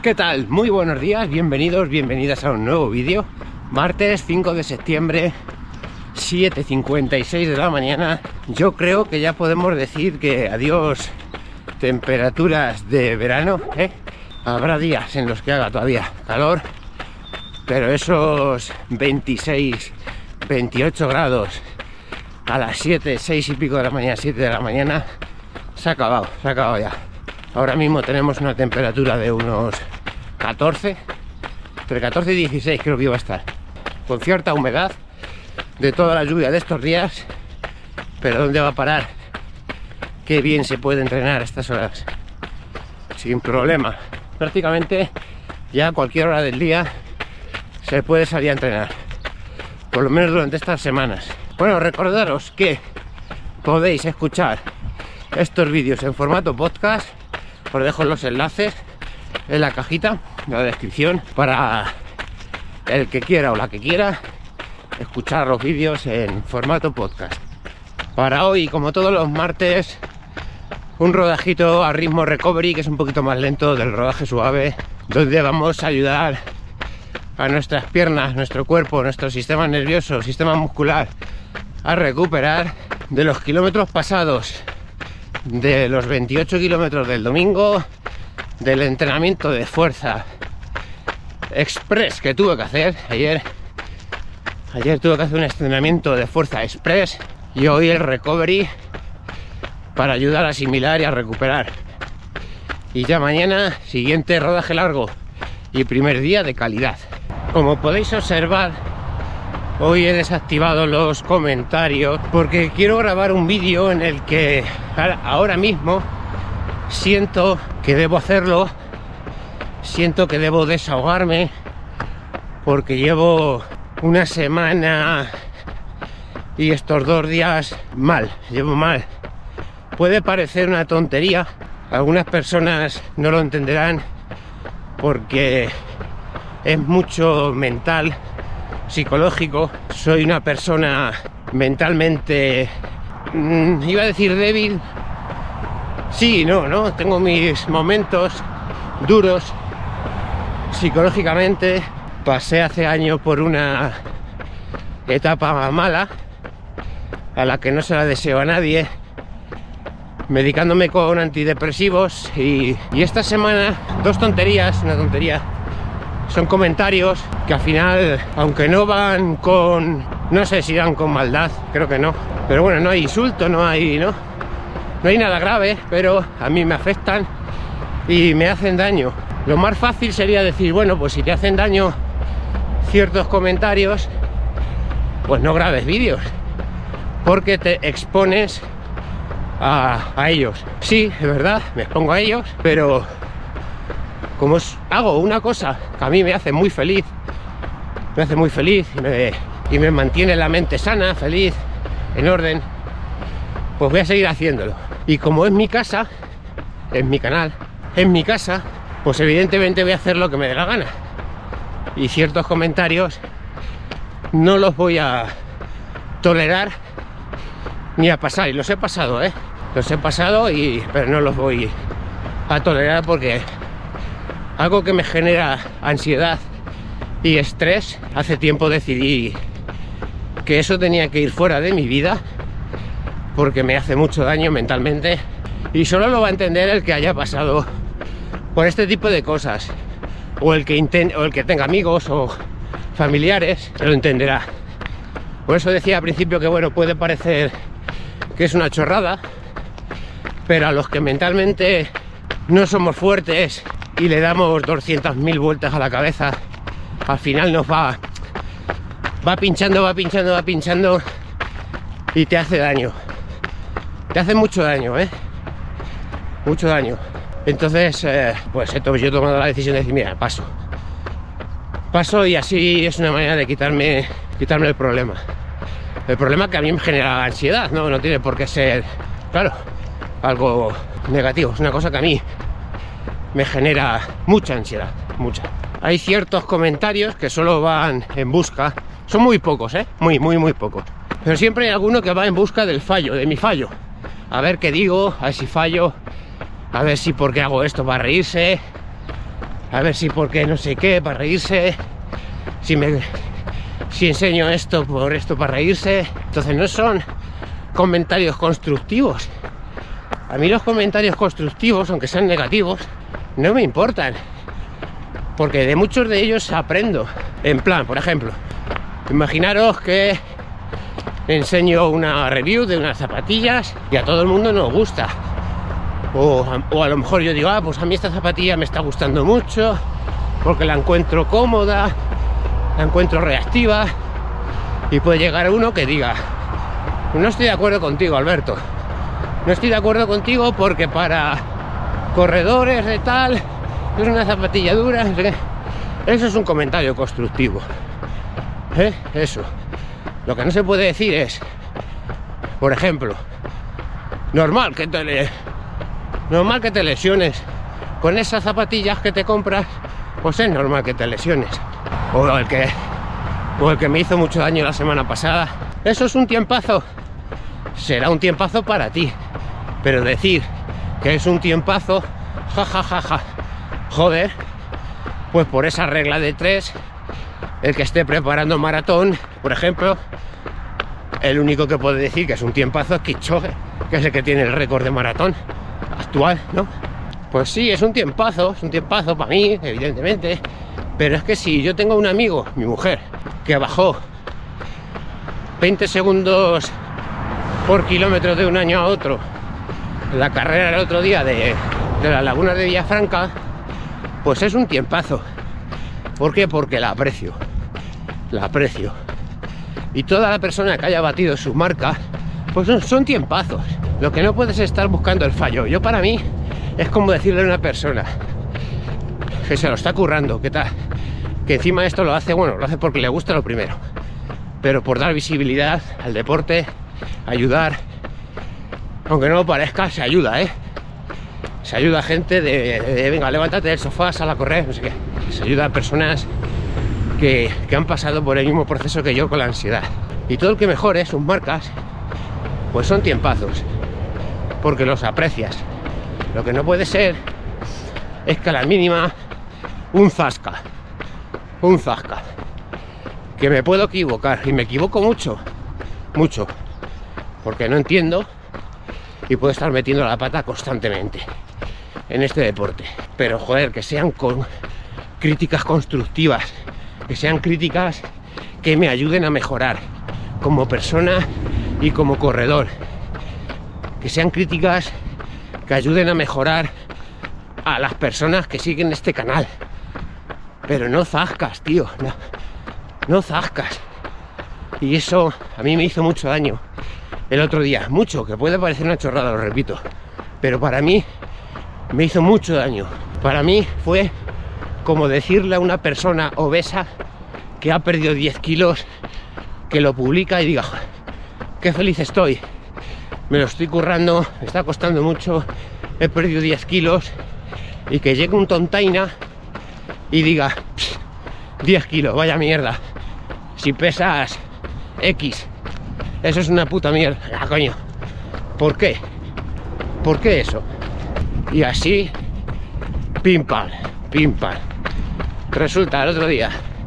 ¿Qué tal? Muy buenos días, bienvenidos, bienvenidas a un nuevo vídeo. Martes 5 de septiembre, 7:56 de la mañana. Yo creo que ya podemos decir que adiós temperaturas de verano, Habrá días en los que haga todavía calor, pero esos 26, 28 grados a las 7, 6 y pico de la mañana, 7 de la mañana, se ha acabado ya. Ahora mismo tenemos una temperatura de unos 14, entre 14 y 16 creo que iba a estar, con cierta humedad de toda la lluvia de estos días, pero ¿dónde va a parar? Qué bien se puede entrenar a estas horas, sin problema. Prácticamente ya a cualquier hora del día se puede salir a entrenar, por lo menos durante estas semanas. Bueno, recordaros que podéis escuchar estos vídeos en formato podcast. Os dejo los enlaces en la cajita de la descripción para el que quiera o la que quiera escuchar los vídeos en formato podcast. Para hoy, como todos los martes, un rodajito a ritmo recovery, que es un poquito más lento del rodaje suave, donde vamos a ayudar a nuestras piernas, nuestro cuerpo, nuestro sistema nervioso, sistema muscular a recuperar de los kilómetros pasados, de los 28 kilómetros del domingo, del entrenamiento de fuerza express que tuve que hacer ayer tuve que hacer un entrenamiento de fuerza express, y hoy el recovery para ayudar a asimilar y a recuperar. Y ya mañana, siguiente rodaje largo y primer día de calidad. Como podéis observar, hoy he desactivado los comentarios porque quiero grabar un vídeo en el que ahora mismo siento que debo hacerlo, siento que debo desahogarme, porque llevo una semana y estos 2 días llevo mal. Puede parecer una tontería, algunas personas no lo entenderán porque es mucho mental, psicológico. Soy una persona mentalmente, iba a decir débil, sí, no, tengo mis momentos duros psicológicamente. Pasé hace años por una etapa mala a la que no se la deseo a nadie, medicándome con antidepresivos, y esta semana una tontería, son comentarios que al final, aunque no van con, no sé si van con maldad, creo que no, pero bueno, no hay insulto, no hay nada grave, pero a mí me afectan y me hacen daño. Lo más fácil sería decir, bueno, pues si te hacen daño ciertos comentarios, pues no grabes vídeos, porque te expones a ellos. Sí, es verdad, me expongo a ellos, pero como hago una cosa que a mí me hace muy feliz, y me mantiene la mente sana, feliz, en orden, pues voy a seguir haciéndolo. Y como es mi casa, es mi canal, es mi casa, pues evidentemente voy a hacer lo que me dé la gana, y ciertos comentarios no los voy a tolerar ni a pasar, y los he pasado, pero no los voy a tolerar, porque algo que me genera ansiedad y estrés, hace tiempo decidí que eso tenía que ir fuera de mi vida, porque me hace mucho daño mentalmente, y solo lo va a entender el que haya pasado por este tipo de cosas, o el que tenga amigos o familiares, lo entenderá. Por eso decía al principio que, bueno, puede parecer que es una chorrada, pero a los que mentalmente no somos fuertes y le damos 200.000 vueltas a la cabeza, al final nos va pinchando y te hace daño, te hace mucho daño, mucho daño. Entonces, pues yo he tomado la decisión de decir, mira, paso, y así es una manera de quitarme el problema que a mí me genera ansiedad. No tiene por qué ser, claro, algo negativo, es una cosa que a mí me genera mucha ansiedad, mucha. Hay ciertos comentarios que solo van en busca, son muy pocos, muy pocos, pero siempre hay alguno que va en busca del fallo, de mi fallo, a ver qué digo, a ver si fallo, a ver si por qué hago esto, para reírse, a ver si porque no sé qué, para reírse, si enseño esto por esto para reírse. Entonces no son comentarios constructivos. A mí los comentarios constructivos, aunque sean negativos, no me importan, porque de muchos de ellos aprendo. En plan, por ejemplo, imaginaros que enseño una review de unas zapatillas y a todo el mundo nos gusta, o a lo mejor yo digo, pues a mí esta zapatilla me está gustando mucho porque la encuentro cómoda, la encuentro reactiva, y puede llegar uno que diga, no estoy de acuerdo contigo, Alberto, no estoy de acuerdo contigo porque para corredores de tal es una zapatilla dura, no sé qué. Eso es un comentario constructivo, eso. Lo que no se puede decir es, por ejemplo, normal que te lesiones con esas zapatillas que te compras, pues es normal que te lesiones. O el que me hizo mucho daño la semana pasada, eso es un tiempazo. Será un tiempazo para ti, pero decir que es un tiempazo, ja, joder, pues por esa regla de 3, el que esté preparando maratón, por ejemplo, el único que puede decir que es un tiempazo es Kipchoge, que es el que tiene el récord de maratón actual, ¿no? Pues sí, es un tiempazo para mí, evidentemente, pero es que si yo tengo un amigo, mi mujer, que bajó 20 segundos por kilómetro de un año a otro en la carrera el otro día de las lagunas de Villafranca, pues es un tiempazo. ¿Por qué? Porque la aprecio. Y toda la persona que haya batido su marca, pues son tiempazos. Lo que no puedes es estar buscando el fallo. Yo, para mí, es como decirle a una persona que se lo está currando, que encima esto lo hace, bueno, lo hace porque le gusta lo primero, pero por dar visibilidad al deporte, ayudar, aunque no lo parezca, se ayuda, se ayuda a gente de venga, levántate del sofá, sal a correr, no sé qué. Se ayuda a personas que han pasado por el mismo proceso que yo con la ansiedad. Y todo el que mejore sus marcas, pues son tiempazos, porque los aprecias. Lo que no puede ser es que a la mínima un zasca, que me puedo equivocar, y me equivoco mucho, porque no entiendo y puedo estar metiendo la pata constantemente en este deporte. Pero joder, que sean con críticas constructivas, que sean críticas que me ayuden a mejorar como persona y como corredor, que sean críticas que ayuden a mejorar a las personas que siguen este canal, pero no zascas, tío, no zascas. Y eso a mí me hizo mucho daño el otro día, mucho, que puede parecer una chorrada, lo repito, pero para mí me hizo mucho daño. Para mí fue como decirle a una persona obesa que ha perdido 10 kilos, que lo publica y diga, qué feliz estoy, me lo estoy currando, me está costando mucho, he perdido 10 kilos, y que llegue un tontaina y diga, 10 kilos, vaya mierda, si pesas X, eso es una puta mierda. Coño, ¿por qué? ¿Por qué eso? Y así, pim pam. Resulta, el otro día,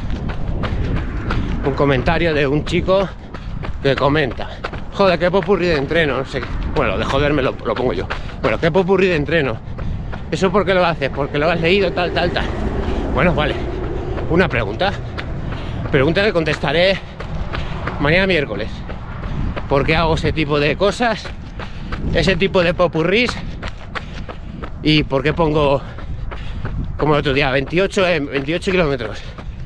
un comentario de un chico que comenta, joder, qué popurrí de entreno, no sé, bueno, de joderme lo pongo yo, bueno, qué popurrí de entreno, ¿eso por qué lo haces? Porque lo has leído, tal. Bueno, vale, una pregunta que contestaré mañana miércoles. ¿Por qué hago ese tipo de cosas, ese tipo de popurrís? ¿Y por qué pongo, como el otro día, 28 kilómetros,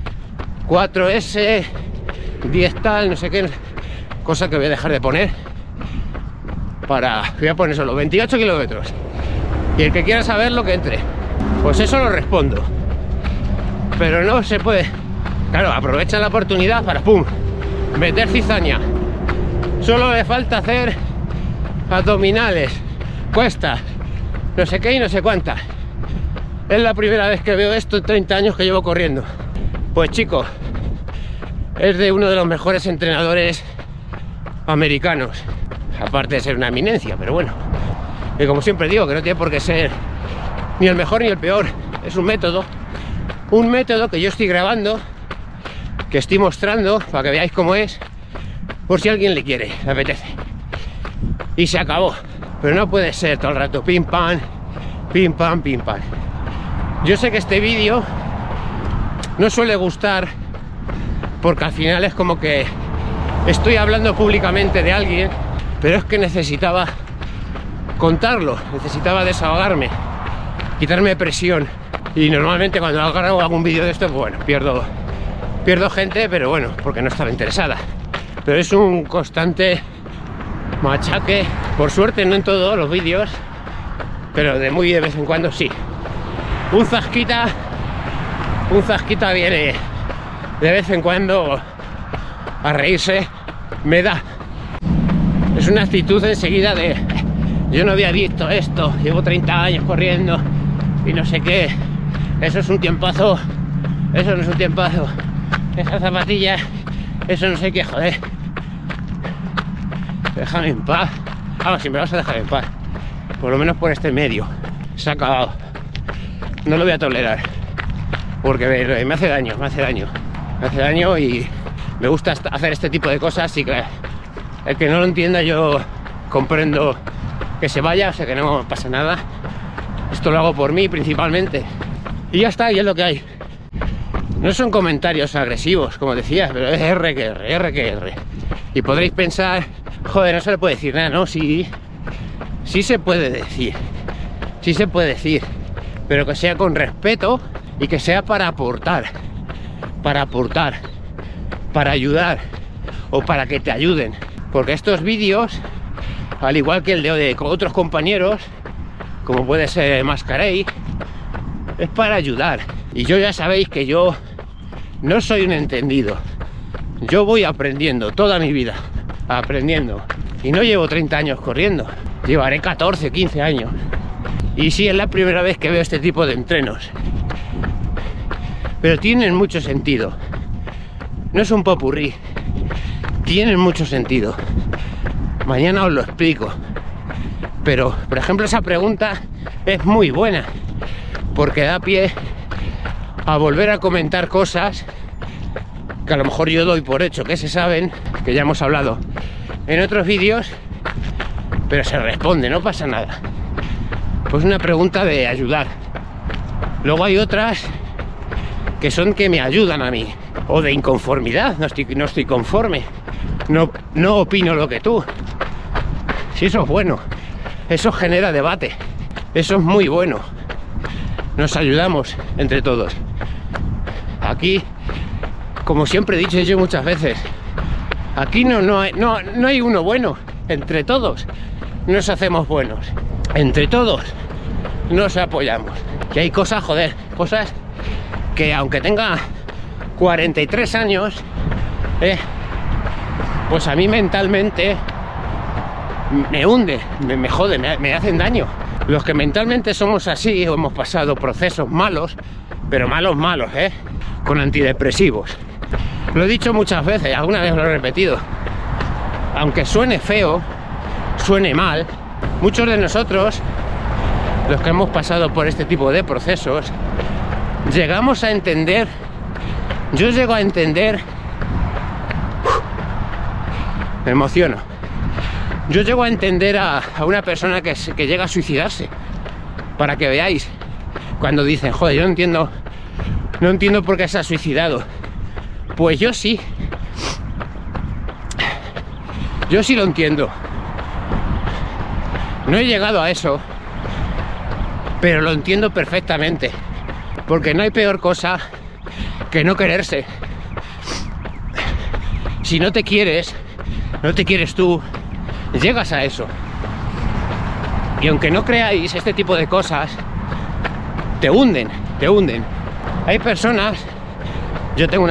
4S, 10 tal, no sé qué, cosa que voy a dejar de poner, voy a poner solo 28 kilómetros, y el que quiera saberlo que entre? Pues eso lo respondo, pero no se puede. Claro, aprovechan la oportunidad para pum, meter cizaña. Solo le falta hacer abdominales, cuestas, no sé qué y no sé cuántas. Es la primera vez que veo esto en 30 años que llevo corriendo. Pues chico, es de uno de los mejores entrenadores americanos, aparte de ser una eminencia, pero bueno, y como siempre digo, que no tiene por qué ser ni el mejor ni el peor, es un método un método que yo estoy grabando, que estoy mostrando para que veáis cómo es, por si a alguien le quiere, le apetece. Y se acabó. Pero no puede ser todo el rato pim pam, pim pam, pim pam. Yo sé que este vídeo no suele gustar porque al final es como que estoy hablando públicamente de alguien, pero es que necesitaba contarlo, necesitaba desahogarme, quitarme presión. Y normalmente cuando hago algún vídeo de esto, pues bueno, pierdo gente, pero bueno, porque no estaba interesada. Pero es un constante machaque, por suerte no en todos los vídeos, pero de muy de vez en cuando sí. Un zasquita viene de vez en cuando a reírse, me da. Es una actitud enseguida de yo no había visto esto, llevo 30 años corriendo y no sé qué, eso es un tiempazo, eso no es un tiempazo, esas zapatillas, eso no sé qué, joder. Déjame en paz. Si me vas a dejar en paz, por lo menos por este medio, se ha acabado. No lo voy a tolerar, porque me hace daño y me gusta hacer este tipo de cosas. Y que el que no lo entienda, yo comprendo que se vaya, o sea que no pasa nada. Esto lo hago por mí principalmente y ya está, y es lo que hay. No son comentarios agresivos, como decías, pero es R que R. Y podréis pensar, joder, no se le puede decir nada. No, sí se puede decir, pero que sea con respeto y que sea para aportar, para ayudar o para que te ayuden. Porque estos vídeos, al igual que el de otros compañeros, como puede ser Mascarey, es para ayudar. Y yo ya sabéis que yo no soy un entendido. Yo voy aprendiendo toda mi vida, aprendiendo. Y no llevo 30 años corriendo, llevaré 14, 15 años. Y sí, es la primera vez que veo este tipo de entrenos. Pero tienen mucho sentido. No es un popurrí. Tienen mucho sentido. Mañana os lo explico. Pero, por ejemplo, esa pregunta es muy buena, porque da pie a volver a comentar cosas que a lo mejor yo doy por hecho que se saben, que ya hemos hablado en otros vídeos, pero se responde, no pasa nada. Pues una pregunta de ayudar. Luego hay otras que son que me ayudan a mí, o de inconformidad, no estoy conforme, no opino lo que tú. Si eso es bueno, eso genera debate, eso es muy bueno. Nos ayudamos entre todos. Aquí, como siempre he dicho yo muchas veces, aquí no hay uno bueno. Entre todos nos hacemos buenos, entre todos nos apoyamos. Y hay cosas, joder, cosas que aunque tenga 43 años, pues a mí mentalmente me hunde, me jode, me hacen daño. Los que mentalmente somos así, o hemos pasado procesos malos, pero malos, con antidepresivos. Lo he dicho muchas veces, alguna vez lo he repetido. Aunque suene feo, suene mal, muchos de nosotros, los que hemos pasado por este tipo de procesos, llegamos a entender, yo llego a entender, me emociono. Yo llego a entender a una persona que llega a suicidarse, para que veáis, cuando dicen, joder, yo no entiendo por qué se ha suicidado. Pues yo sí lo entiendo. No he llegado a eso, pero lo entiendo perfectamente, porque no hay peor cosa que no quererse. Si no te quieres, no te quieres tú, llegas a eso. Y aunque no creáis, este tipo de cosas te hunden. Hay personas, yo tengo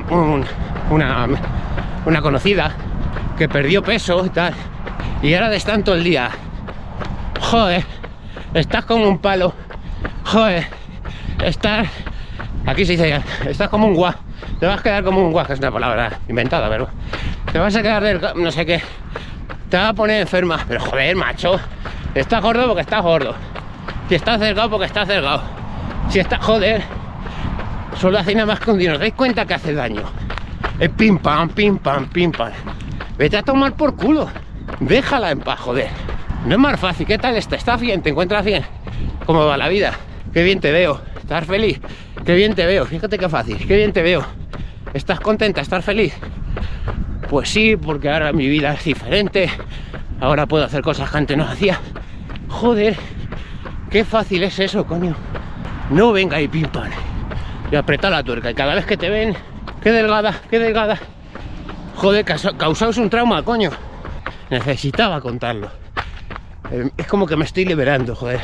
una conocida que perdió peso y tal, y ahora de estar todo el día, joder, estás como un palo, joder, aquí se dice, estás como un guá, te vas a quedar como un guá, que es una palabra inventada, pero te vas a quedar no sé qué, te vas a poner enferma. Pero joder, macho, estás gordo porque estás gordo, si estás delgado porque estás delgado, si estás, joder, solo hace nada más que hundir. ¿Os dais cuenta que hace daño? Es pim pam, pim pam, pim pam. Vete a tomar por culo. Déjala en paz, joder. No es más fácil. ¿Qué tal está? ¿Estás bien? ¿Te encuentras bien? ¿Cómo va la vida? Qué bien te veo. ¿Estás feliz? Qué bien te veo. Fíjate qué fácil. Qué bien te veo. ¿Estás contenta? ¿Estás feliz? Pues sí, porque ahora mi vida es diferente. Ahora puedo hacer cosas que antes no hacía. Joder, qué fácil es eso, coño. No venga y pim pam. Y aprieta la tuerca. Y cada vez que te ven, qué delgada, qué delgada. Joder, causaos un trauma, coño. Necesitaba contarlo. Es como que me estoy liberando, joder.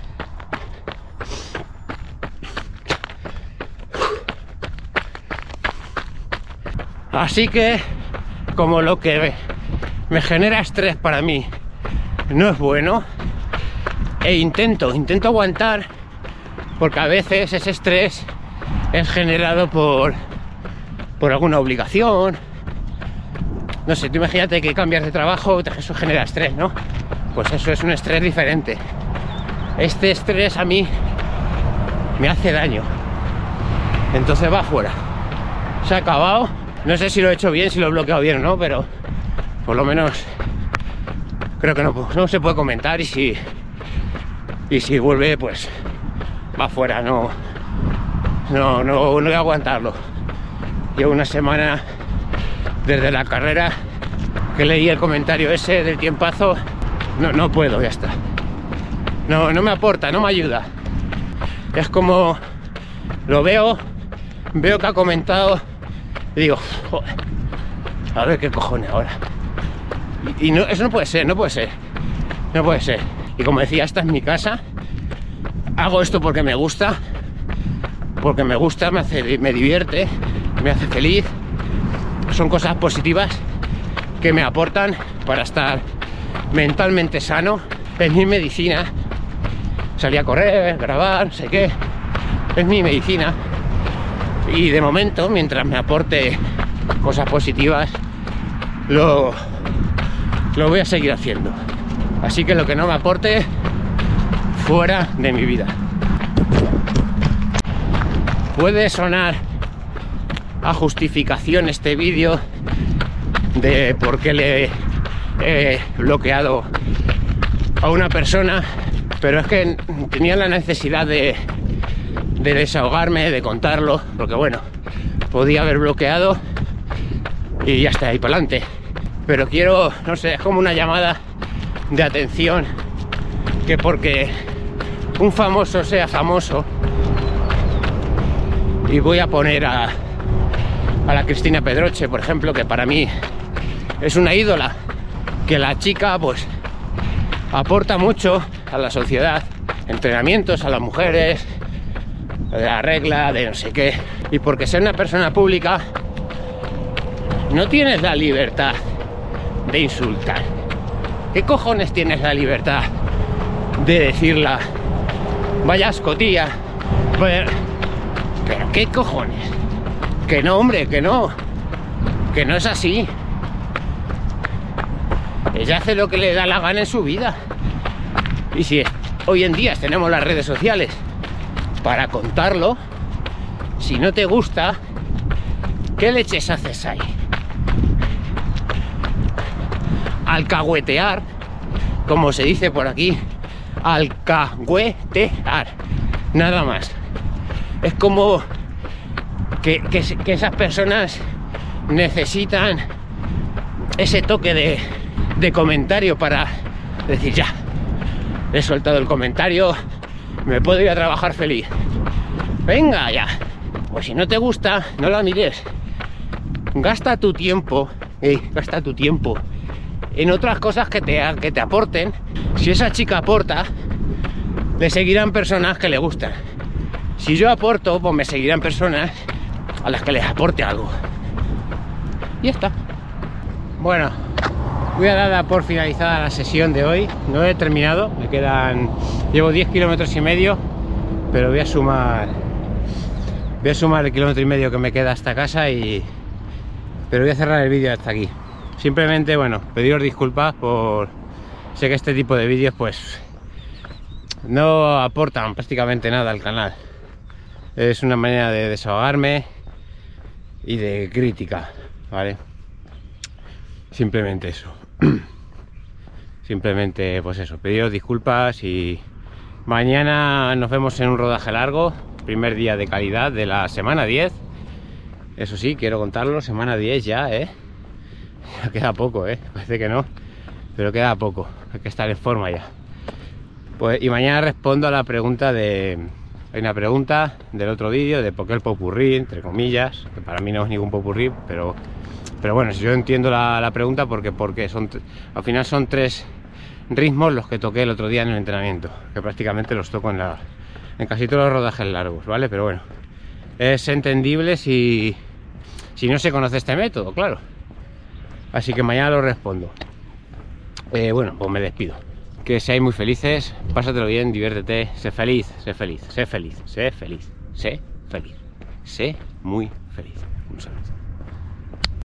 Así que, como lo que me genera estrés para mí no es bueno, intento aguantar, porque a veces ese estrés es generado por alguna obligación. No sé, tú imagínate que cambias de trabajo, eso genera estrés, ¿no? Pues eso es un estrés diferente. Este estrés a mí me hace daño, entonces va fuera. Se ha acabado. No sé si lo he hecho bien, si lo he bloqueado bien o no, pero por lo menos creo que no se puede comentar, y si vuelve, pues va fuera. No voy a aguantarlo. Llevo una semana desde la carrera que leí el comentario ese del tiempazo. No puedo, ya está. No me aporta, no me ayuda. Es como lo veo que ha comentado y digo, joder, a ver qué cojones ahora. Y no, eso no puede ser. Y como decía, esta es mi casa. Hago esto porque me gusta, me divierte, me hace feliz. Son cosas positivas que me aportan para estar mentalmente sano. Es mi medicina. Salir a correr, grabar, no sé qué. Es mi medicina. Y de momento, mientras me aporte cosas positivas, lo voy a seguir haciendo. Así que lo que no me aporte, fuera de mi vida. Puede sonar a justificación este vídeo de por qué le he bloqueado a una persona, pero es que tenía la necesidad de desahogarme, de contarlo, porque bueno, podía haber bloqueado y ya está, ahí para adelante. Pero quiero, no sé, es como una llamada de atención, que porque un famoso sea famoso, y voy a poner a la Cristina Pedroche, por ejemplo, que para mí es una ídola, que la chica pues aporta mucho a la sociedad, entrenamientos a las mujeres, de la regla, de no sé qué, y porque sea una persona pública no tienes la libertad de insultar. ¿Qué cojones tienes la libertad de decirla? Vaya asco, tía. Pero ¿qué cojones? Que no, hombre, que no es así. Ella hace lo que le da la gana en su vida. Y si hoy en día tenemos las redes sociales para contarlo, si no te gusta, ¿qué leches haces ahí? Alcahuetear, como se dice por aquí, alcahuetear, nada más. Es como que esas personas necesitan ese toque de comentario para decir, ya, he soltado el comentario, me puedo ir a trabajar feliz. Venga ya. Pues si no te gusta, no la mires. Gasta tu tiempo en otras cosas que te aporten. Si esa chica aporta, le seguirán personas que le gustan. Si yo aporto, pues me seguirán personas a las que les aporte algo. Y ya está. Bueno, voy a dar por finalizada la sesión de hoy. No he terminado, llevo 10 kilómetros y medio, pero voy a sumar el kilómetro y medio que me queda hasta casa, pero voy a cerrar el vídeo hasta aquí. Simplemente, bueno, pediros disculpas sé que este tipo de vídeos pues no aportan prácticamente nada al canal. Es una manera de desahogarme y de crítica, ¿vale? Simplemente eso. Simplemente, pues eso, pediros disculpas y mañana nos vemos en un rodaje largo, primer día de calidad de la semana 10. Eso sí, quiero contarlo, semana 10 ya, ya queda poco, parece que no, pero queda poco, hay que estar en forma ya. Pues, y mañana respondo a la pregunta de... Hay una pregunta del otro vídeo de por qué el popurrí, entre comillas, que para mí no es ningún popurrí, pero bueno, si yo entiendo la pregunta, porque al final son 3 ritmos los que toqué el otro día en el entrenamiento, que prácticamente los toco en casi todos los rodajes largos, ¿vale? Pero bueno, es entendible si no se conoce este método, claro. Así que mañana lo respondo. Bueno, pues me despido. Que seáis muy felices, pásatelo bien, diviértete, sé feliz, sé feliz, sé feliz, sé feliz, sé feliz, sé muy feliz. Un saludo.